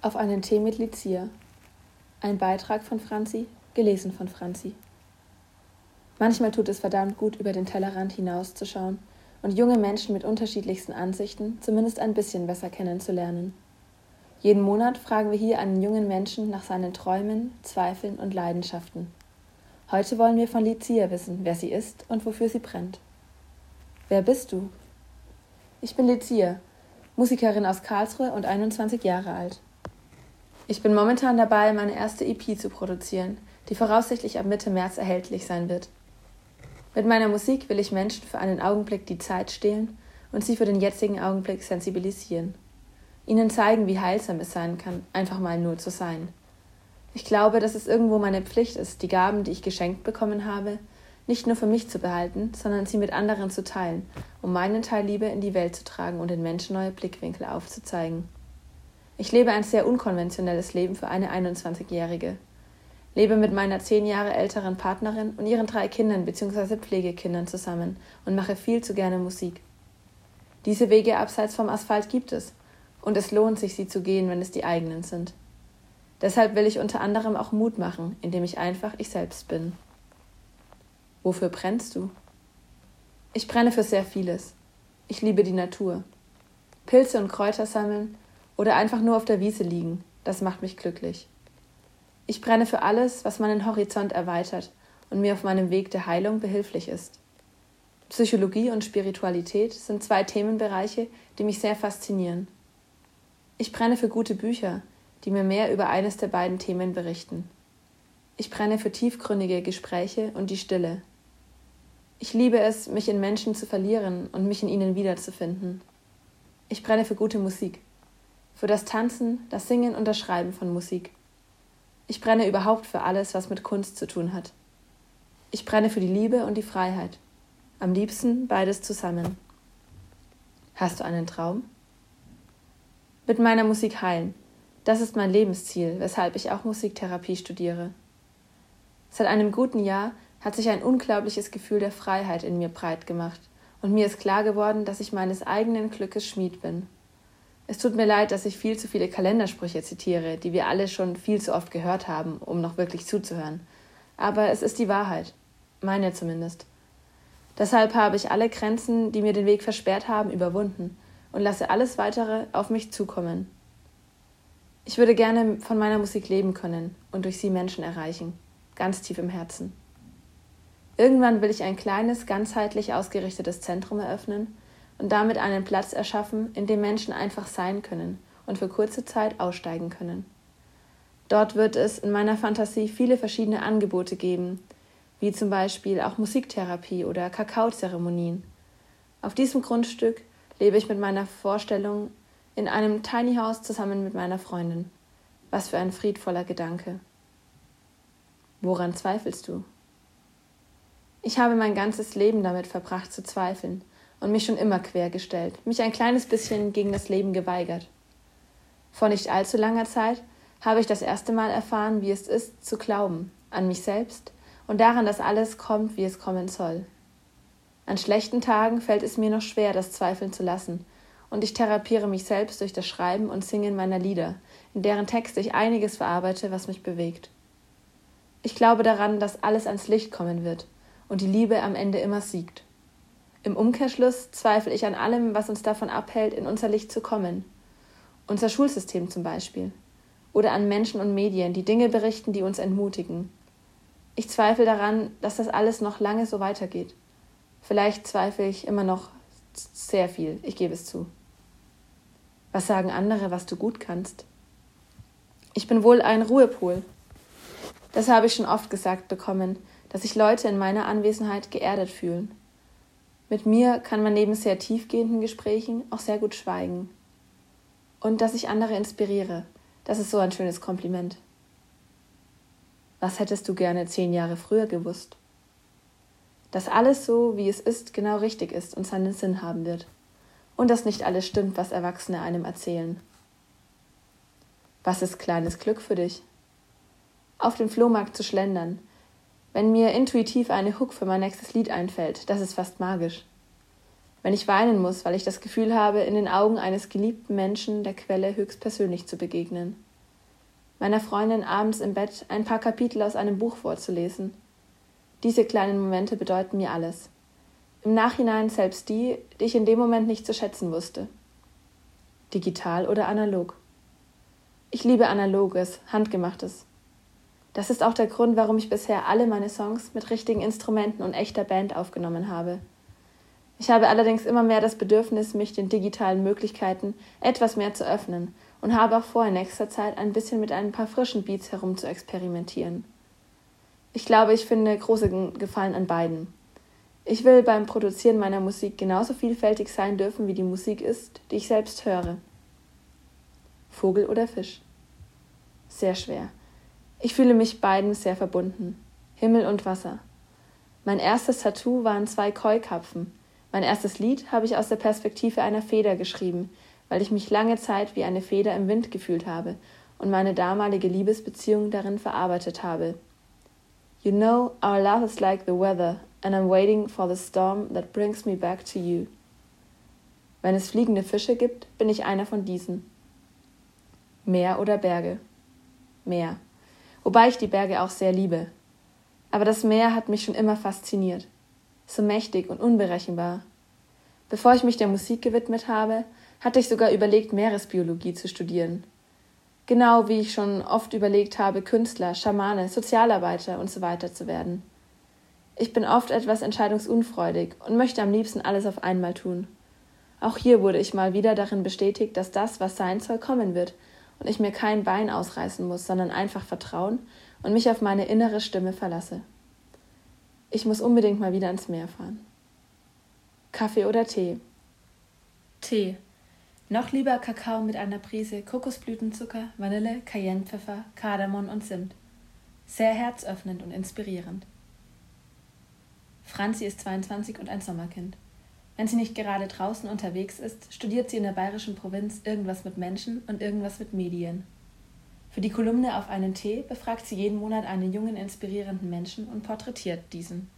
Auf einen Tee mit Lizier. Ein Beitrag von Franzi, gelesen von Franzi. Manchmal tut es verdammt gut, über den Tellerrand hinauszuschauen und junge Menschen mit unterschiedlichsten Ansichten zumindest ein bisschen besser kennenzulernen. Jeden Monat fragen wir hier einen jungen Menschen nach seinen Träumen, Zweifeln und Leidenschaften. Heute wollen wir von Lizier wissen, wer sie ist und wofür sie brennt. Wer bist du? Ich bin Lizier, Musikerin aus Karlsruhe und 21 Jahre alt. Ich bin momentan dabei, meine erste EP zu produzieren, die voraussichtlich ab Mitte März erhältlich sein wird. Mit meiner Musik will ich Menschen für einen Augenblick die Zeit stehlen und sie für den jetzigen Augenblick sensibilisieren. Ihnen zeigen, wie heilsam es sein kann, einfach mal nur zu sein. Ich glaube, dass es irgendwo meine Pflicht ist, die Gaben, die ich geschenkt bekommen habe, nicht nur für mich zu behalten, sondern sie mit anderen zu teilen, um meinen Teil Liebe in die Welt zu tragen und den Menschen neue Blickwinkel aufzuzeigen. Ich lebe ein sehr unkonventionelles Leben für eine 21-Jährige. Lebe mit meiner 10 Jahre älteren Partnerin und ihren 3 Kindern bzw. Pflegekindern zusammen und mache viel zu gerne Musik. Diese Wege abseits vom Asphalt gibt es und es lohnt sich, sie zu gehen, wenn es die eigenen sind. Deshalb will ich unter anderem auch Mut machen, indem ich einfach ich selbst bin. Wofür brennst du? Ich brenne für sehr vieles. Ich liebe die Natur. Pilze und Kräuter sammeln oder einfach nur auf der Wiese liegen, das macht mich glücklich. Ich brenne für alles, was meinen Horizont erweitert und mir auf meinem Weg der Heilung behilflich ist. Psychologie und Spiritualität sind 2 Themenbereiche, die mich sehr faszinieren. Ich brenne für gute Bücher, die mir mehr über eines der beiden Themen berichten. Ich brenne für tiefgründige Gespräche und die Stille. Ich liebe es, mich in Menschen zu verlieren und mich in ihnen wiederzufinden. Ich brenne für gute Musik. Für das Tanzen, das Singen und das Schreiben von Musik. Ich brenne überhaupt für alles, was mit Kunst zu tun hat. Ich brenne für die Liebe und die Freiheit. Am liebsten beides zusammen. Hast du einen Traum? Mit meiner Musik heilen. Das ist mein Lebensziel, weshalb ich auch Musiktherapie studiere. Seit einem guten Jahr hat sich ein unglaubliches Gefühl der Freiheit in mir breit gemacht und mir ist klar geworden, dass ich meines eigenen Glückes Schmied bin. Es tut mir leid, dass ich viel zu viele Kalendersprüche zitiere, die wir alle schon viel zu oft gehört haben, um noch wirklich zuzuhören. Aber es ist die Wahrheit. Meine zumindest. Deshalb habe ich alle Grenzen, die mir den Weg versperrt haben, überwunden und lasse alles Weitere auf mich zukommen. Ich würde gerne von meiner Musik leben können und durch sie Menschen erreichen, ganz tief im Herzen. Irgendwann will ich ein kleines, ganzheitlich ausgerichtetes Zentrum eröffnen und damit einen Platz erschaffen, in dem Menschen einfach sein können und für kurze Zeit aussteigen können. Dort wird es in meiner Fantasie viele verschiedene Angebote geben, wie zum Beispiel auch Musiktherapie oder Kakaozeremonien. Auf diesem Grundstück lebe ich mit meiner Vorstellung in einem Tiny House zusammen mit meiner Freundin. Was für ein friedvoller Gedanke. Woran zweifelst du? Ich habe mein ganzes Leben damit verbracht zu zweifeln und mich schon immer quergestellt, mich ein kleines bisschen gegen das Leben geweigert. Vor nicht allzu langer Zeit habe ich das erste Mal erfahren, wie es ist, zu glauben, an mich selbst und daran, dass alles kommt, wie es kommen soll. An schlechten Tagen fällt es mir noch schwer, das Zweifeln zu lassen, und ich therapiere mich selbst durch das Schreiben und Singen meiner Lieder, in deren Texte ich einiges verarbeite, was mich bewegt. Ich glaube daran, dass alles ans Licht kommen wird und die Liebe am Ende immer siegt. Im Umkehrschluss zweifle ich an allem, was uns davon abhält, in unser Licht zu kommen. Unser Schulsystem zum Beispiel. Oder an Menschen und Medien, die Dinge berichten, die uns entmutigen. Ich zweifle daran, dass das alles noch lange so weitergeht. Vielleicht zweifle ich immer noch sehr viel, ich gebe es zu. Was sagen andere, was du gut kannst? Ich bin wohl ein Ruhepol. Das habe ich schon oft gesagt bekommen, dass sich Leute in meiner Anwesenheit geerdet fühlen. Mit mir kann man neben sehr tiefgehenden Gesprächen auch sehr gut schweigen. Und dass ich andere inspiriere, das ist so ein schönes Kompliment. Was hättest du gerne 10 Jahre früher gewusst? Dass alles so, wie es ist, genau richtig ist und seinen Sinn haben wird. Und dass nicht alles stimmt, was Erwachsene einem erzählen. Was ist kleines Glück für dich? Auf dem Flohmarkt zu schlendern, wenn mir intuitiv eine Hook für mein nächstes Lied einfällt, das ist fast magisch. Wenn ich weinen muss, weil ich das Gefühl habe, in den Augen eines geliebten Menschen der Quelle höchstpersönlich zu begegnen. meiner Freundin abends im Bett ein paar Kapitel aus einem Buch vorzulesen. Diese kleinen Momente bedeuten mir alles. Im Nachhinein selbst die ich in dem Moment nicht zu schätzen wusste. Digital oder analog? Ich liebe Analoges, Handgemachtes. Das ist auch der Grund, warum ich bisher alle meine Songs mit richtigen Instrumenten und echter Band aufgenommen habe. Ich habe allerdings immer mehr das Bedürfnis, mich den digitalen Möglichkeiten etwas mehr zu öffnen und habe auch vor, in nächster Zeit ein bisschen mit ein paar frischen Beats herum zu experimentieren. Ich glaube, ich finde großen Gefallen an beiden. Ich will beim Produzieren meiner Musik genauso vielfältig sein dürfen, wie die Musik ist, die ich selbst höre. Vogel oder Fisch? Sehr schwer. Ich fühle mich beiden sehr verbunden. Himmel und Wasser. Mein erstes Tattoo waren 2 Koi-Karpfen. Mein erstes Lied habe ich aus der Perspektive einer Feder geschrieben, weil ich mich lange Zeit wie eine Feder im Wind gefühlt habe und meine damalige Liebesbeziehung darin verarbeitet habe. You know, our love is like the weather, and I'm waiting for the storm that brings me back to you. Wenn es fliegende Fische gibt, bin ich einer von diesen. Meer oder Berge? Meer. Wobei ich die Berge auch sehr liebe. Aber das Meer hat mich schon immer fasziniert. So mächtig und unberechenbar. Bevor ich mich der Musik gewidmet habe, hatte ich sogar überlegt, Meeresbiologie zu studieren. Genau wie ich schon oft überlegt habe, Künstler, Schamane, Sozialarbeiter und so weiter zu werden. Ich bin oft etwas entscheidungsunfreudig und möchte am liebsten alles auf einmal tun. Auch hier wurde ich mal wieder darin bestätigt, dass das, was sein soll, kommen wird und ich mir kein Bein ausreißen muss, sondern einfach vertrauen und mich auf meine innere Stimme verlasse. Ich muss unbedingt mal wieder ans Meer fahren. Kaffee oder Tee? Tee. Noch lieber Kakao mit einer Prise Kokosblütenzucker, Vanille, Cayennepfeffer, Kardamom und Zimt. Sehr herzöffnend und inspirierend. Franzi ist 22 und ein Sommerkind. Wenn sie nicht gerade draußen unterwegs ist, studiert sie in der bayerischen Provinz irgendwas mit Menschen und irgendwas mit Medien. Für die Kolumne auf einen Tee befragt sie jeden Monat einen jungen, inspirierenden Menschen und porträtiert diesen.